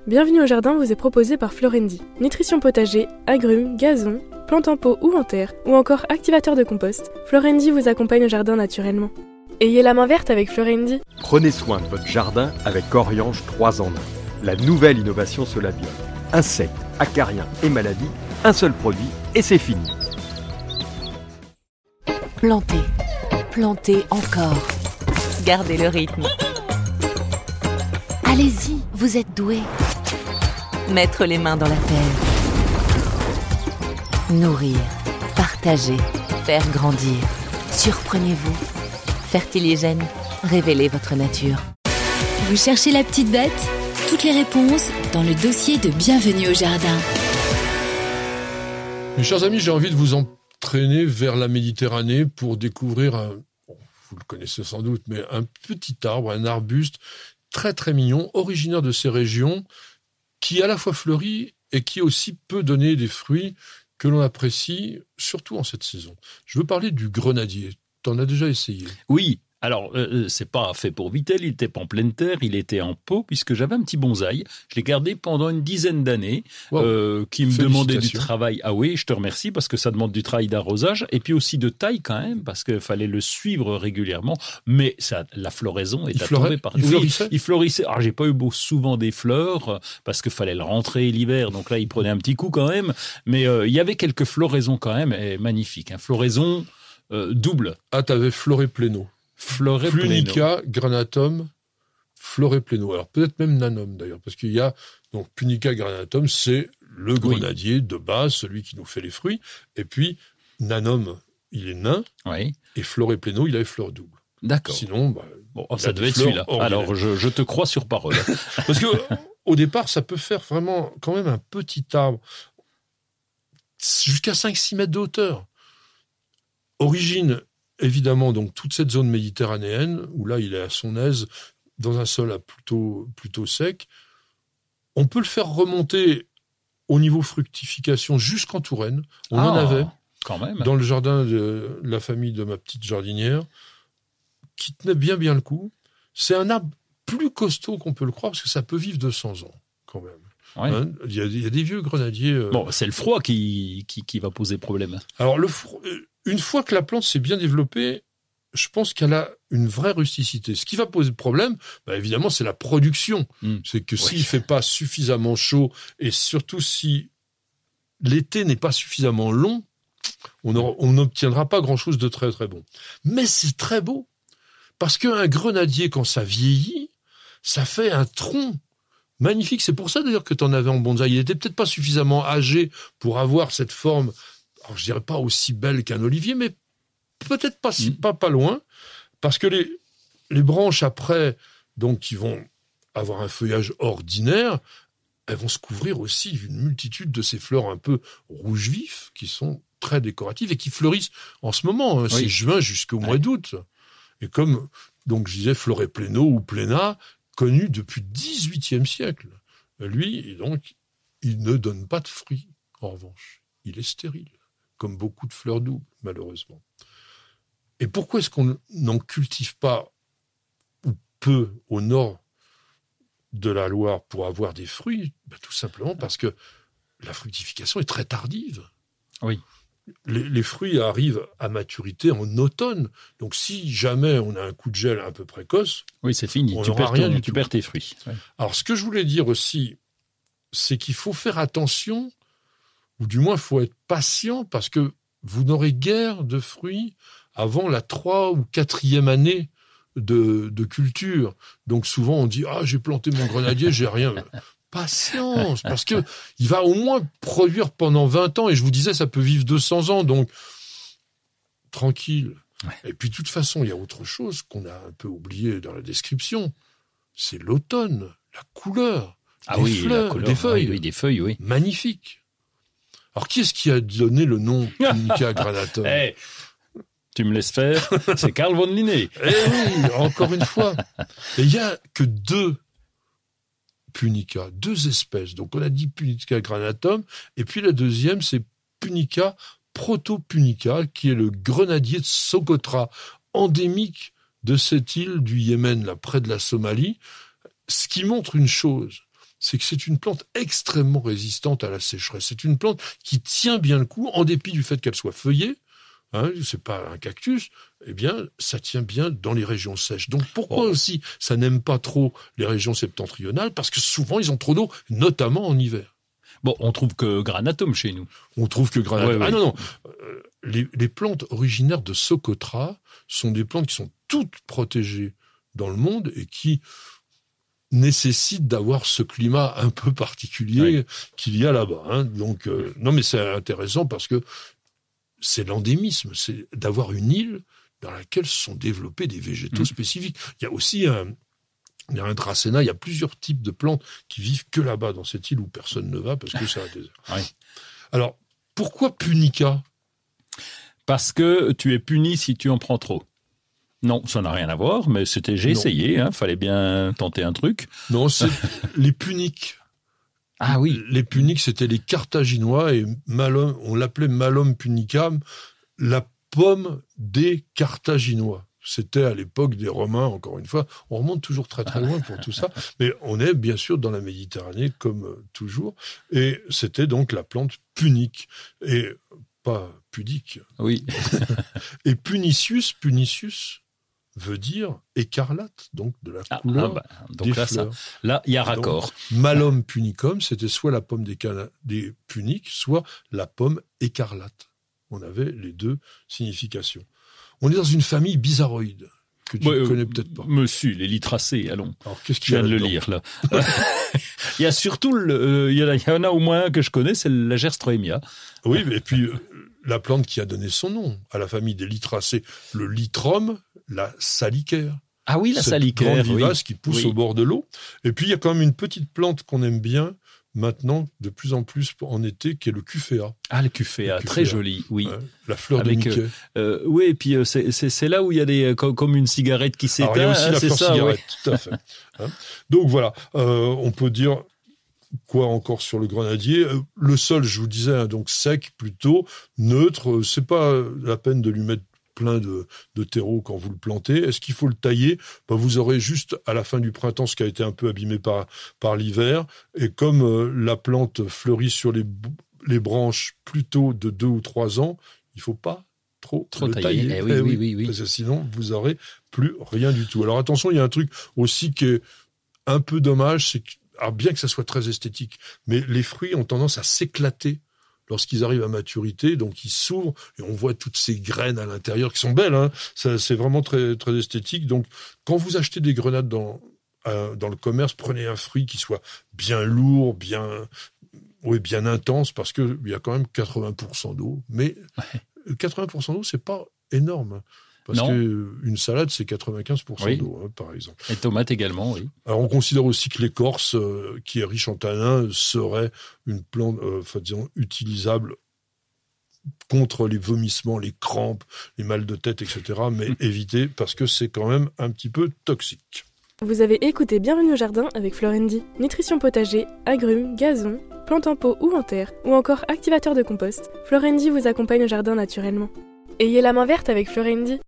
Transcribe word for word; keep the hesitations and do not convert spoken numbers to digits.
Bienvenue au jardin vous est proposé par Florendi. Nutrition potager, agrumes, gazon, plantes en pot ou en terre, ou encore activateur de compost, Florendi vous accompagne au jardin naturellement. Ayez la main verte avec Florendi. Prenez soin de votre jardin avec Oriange trois en un. La nouvelle innovation Solabiol. Insectes, acariens et maladies, un seul produit et c'est fini. Plantez, plantez encore. Gardez le rythme. Allez-y, vous êtes doués. Mettre les mains dans la terre. Nourrir, partager, faire grandir. Surprenez-vous. Fertiligène, révélez votre nature. Vous cherchez la petite bête ? Toutes les réponses dans le dossier de Bienvenue au jardin. Mes chers amis, j'ai envie de vous entraîner vers la Méditerranée pour découvrir un, bon, vous le connaissez sans doute, mais un petit arbre, un arbuste très très mignon, originaire de ces régions, qui à la fois fleurit et qui aussi peut donner des fruits que l'on apprécie, surtout en cette saison. Je veux parler du grenadier. T'en as déjà essayé ? Oui. Alors, euh, c'est pas fait pour Vitel, il était pas en pleine terre, il était en pot, puisque j'avais un petit bonsaï. Je l'ai gardé pendant une dizaine d'années, wow. euh, qui me demandait du travail. Ah oui, je te remercie, parce que ça demande du travail d'arrosage, et puis aussi de taille quand même, parce qu'il fallait le suivre régulièrement. Mais ça, la floraison est à tomber par... Il fleurissait ? Oui, il fleurissait. Alors, j'ai pas eu beau souvent des fleurs, parce qu'il fallait le rentrer l'hiver, donc là, il prenait un petit coup quand même. Mais euh, il y avait quelques floraisons quand même, et magnifiques. Hein. Floraison euh, double. Ah, t'avais Floré Pléno. Floré Punica granatum, Floré Pléno. Alors peut-être même Nanum d'ailleurs, parce qu'il y a donc Punica granatum, c'est le grenadier oui. de base, celui qui nous fait les fruits. Et puis Nanum, il est nain. Oui. Et Floré Pléno, il a les fleurs doubles. D'accord. Sinon, bah, bon, oh, ça devait être celui-là. Alors je, je te crois sur parole. Parce que au départ, ça peut faire vraiment quand même un petit arbre jusqu'à cinq six mètres de hauteur. Origine évidemment, donc toute cette zone méditerranéenne, où là, il est à son aise, dans un sol plutôt, plutôt sec, on peut le faire remonter au niveau fructification jusqu'en Touraine. On ah, en avait quand même. Dans le jardin de la famille de ma petite jardinière, qui tenait bien bien le coup. C'est un arbre plus costaud qu'on peut le croire, parce que ça peut vivre deux cents ans, quand même. Ouais. Hein, il, y a, il y a des vieux grenadiers... Euh... Bon, c'est le froid qui, qui, qui va poser problème. Alors, le froid... Une fois que la plante s'est bien développée, je pense qu'elle a une vraie rusticité. Ce qui va poser problème, bah évidemment, c'est la production. Mmh. C'est que oui. s'il ne fait pas suffisamment chaud, et surtout si l'été n'est pas suffisamment long, on n'obtiendra pas grand-chose de très très bon. Mais c'est très beau, parce qu'un grenadier, quand ça vieillit, ça fait un tronc magnifique. C'est pour ça d'ailleurs que tu en avais en bonsaï. Il n'était peut-être pas suffisamment âgé pour avoir cette forme... Alors, je dirais pas aussi belle qu'un olivier, mais peut-être pas, si, mmh. pas, pas loin, parce que les, les branches après, donc, qui vont avoir un feuillage ordinaire, elles vont se couvrir aussi d'une multitude de ces fleurs un peu rouge vif, qui sont très décoratives et qui fleurissent en ce moment, hein, oui. c'est juin jusqu'au ouais. mois d'août. Et comme, donc, je disais, Floré Pléno ou Pléna, connu depuis le dix-huitième siècle. Lui, donc, il ne donne pas de fruits, en revanche. Il est stérile. Comme beaucoup de fleurs doubles, malheureusement. Et pourquoi est-ce qu'on n'en cultive pas, ou peu, au nord de la Loire pour avoir des fruits ? Ben, tout simplement parce que la fructification est très tardive. Oui. Les, les fruits arrivent à maturité en automne. Donc, si jamais on a un coup de gel un peu précoce... Oui, c'est fini. On tu perds, rien ton, du tu tout. perds tes fruits. Ouais. Alors, ce que je voulais dire aussi, c'est qu'il faut faire attention... ou du moins, il faut être patient, parce que vous n'aurez guère de fruits avant la trois ou quatrième année de, de culture. Donc souvent, on dit « Ah, j'ai planté mon grenadier, j'ai rien. » Patience, parce que il va au moins produire pendant vingt ans, et je vous disais, ça peut vivre deux cents ans, donc tranquille. Ouais. Et puis, de toute façon, il y a autre chose qu'on a un peu oublié dans la description, c'est l'automne, la couleur, ah des oui, fleurs, la couleur, des feuilles. Oui, oui, des feuilles, oui. Magnifique. Alors, qui est-ce qui a donné le nom Punica granatum ? Hey, tu me laisses faire, c'est Carl von Linné. Eh oui, encore une fois. Et il n'y a que deux Punica, deux espèces. Donc, on a dit Punica granatum, et puis la deuxième, c'est Punica protopunica, qui est le grenadier de Socotra, endémique de cette île du Yémen, là, près de la Somalie, ce qui montre une chose, c'est que c'est une plante extrêmement résistante à la sécheresse. C'est une plante qui tient bien le coup, en dépit du fait qu'elle soit feuillée. Hein, c'est pas un cactus, eh bien, ça tient bien dans les régions sèches. Donc, pourquoi oh. aussi ça n'aime pas trop les régions septentrionales? Parce que souvent, ils ont trop d'eau, notamment en hiver. Bon, on trouve que granatum chez nous. On trouve que granatum. Ouais, ah ouais. non, non. Euh, les, les plantes originaires de Socotra sont des plantes qui sont toutes protégées dans le monde et qui nécessitent d'avoir ce climat un peu particulier oui. qu'il y a là-bas. Hein. Donc, euh, non, mais c'est intéressant parce que c'est l'endémisme, c'est d'avoir une île dans laquelle se sont développés des végétaux mmh. spécifiques. Il y a aussi un, il y a un dracéna, il y a plusieurs types de plantes qui vivent que là-bas, dans cette île où personne ne va parce que c'est un désert. Oui. Alors, pourquoi punica? Parce que tu es puni si tu en prends trop. Non, ça n'a rien à voir, mais c'était, j'ai non. essayé, hein, fallait bien tenter un truc. Non, c'est les puniques. Ah oui. Les puniques, c'était les Carthaginois et Malum, on l'appelait Malum punicam, la pomme des Carthaginois. C'était à l'époque des Romains, encore une fois. On remonte toujours très très loin pour tout ça. Mais on est bien sûr dans la Méditerranée, comme toujours. Et c'était donc la plante punique. Et pas pudique. Oui. Et punicius, punicius veut dire écarlate, donc de la ah, couleur ah bah, donc des là, fleurs. Ça, là, il y a raccord. Donc, Malum punicum, c'était soit la pomme des, cana- des puniques, soit la pomme écarlate. On avait les deux significations. On est dans une famille bizarroïde, que tu ne ouais, connais peut-être pas. Monsieur, les litracées, allons. Alors, qu'est-ce qu'il y a Je viens de le lire, là. Il y a surtout, le, euh, il, y a, il y en a au moins un que je connais, c'est la Gerstroemia. Oui, et puis euh, la plante qui a donné son nom à la famille des litracées, le litrum, la salicaire. Ah oui, la cette salicaire. Cette grande vivace oui. qui pousse oui. au bord de l'eau. Et puis, il y a quand même une petite plante qu'on aime bien, maintenant, de plus en plus en été, qui est le Cufea. Ah, le Cufea, le très joli, oui. Ouais, la fleur Avec, de Mickey. Euh, euh, oui, et puis euh, c'est, c'est, c'est là où il y a des comme, comme une cigarette qui s'éteint. Alors, il y a aussi hein, la c'est fleur ça, cigarette, ouais. tout à fait. Hein. Donc voilà, euh, on peut dire quoi encore sur le grenadier. euh, Le sol, je vous disais, hein, donc sec plutôt, neutre. Euh, c'est pas la peine de lui mettre plein de, de terreau quand vous le plantez. Est-ce qu'il faut le tailler? Ben, vous aurez juste à la fin du printemps ce qui a été un peu abîmé par, par l'hiver. Et comme euh, la plante fleurit sur les, les branches plutôt de deux ou trois ans, il faut pas trop, trop le tailler. tailler. Eh oui, eh oui, oui, oui, oui. Parce que sinon, vous aurez plus rien du tout. Alors attention, il y a un truc aussi qui est un peu dommage, c'est que, alors bien que ça soit très esthétique, mais les fruits ont tendance à s'éclater lorsqu'ils arrivent à maturité, donc ils s'ouvrent et on voit toutes ces graines à l'intérieur qui sont belles. Hein. Ça, c'est vraiment très, très esthétique. Donc, quand vous achetez des grenades dans, euh, dans le commerce, prenez un fruit qui soit bien lourd, bien, oui, bien intense, parce qu'il y a quand même quatre-vingts pour cent d'eau. Mais ouais. quatre-vingts pour cent d'eau, c'est pas énorme. Parce qu'une salade, c'est quatre-vingt-quinze pour cent oui. d'eau, hein, par exemple. Et tomates également, oui. Alors, on considère aussi que l'écorce, euh, qui est riche en tanins, serait une plante, euh, enfin, disons, utilisable contre les vomissements, les crampes, les mal de tête, et cetera. Mais évitez, parce que c'est quand même un petit peu toxique. Vous avez écouté Bienvenue au jardin avec Florendi. Nutrition potager, agrumes, gazon, plantes en pot ou en terre, ou encore activateur de compost, Florendi vous accompagne au jardin naturellement. Ayez la main verte avec Florendi.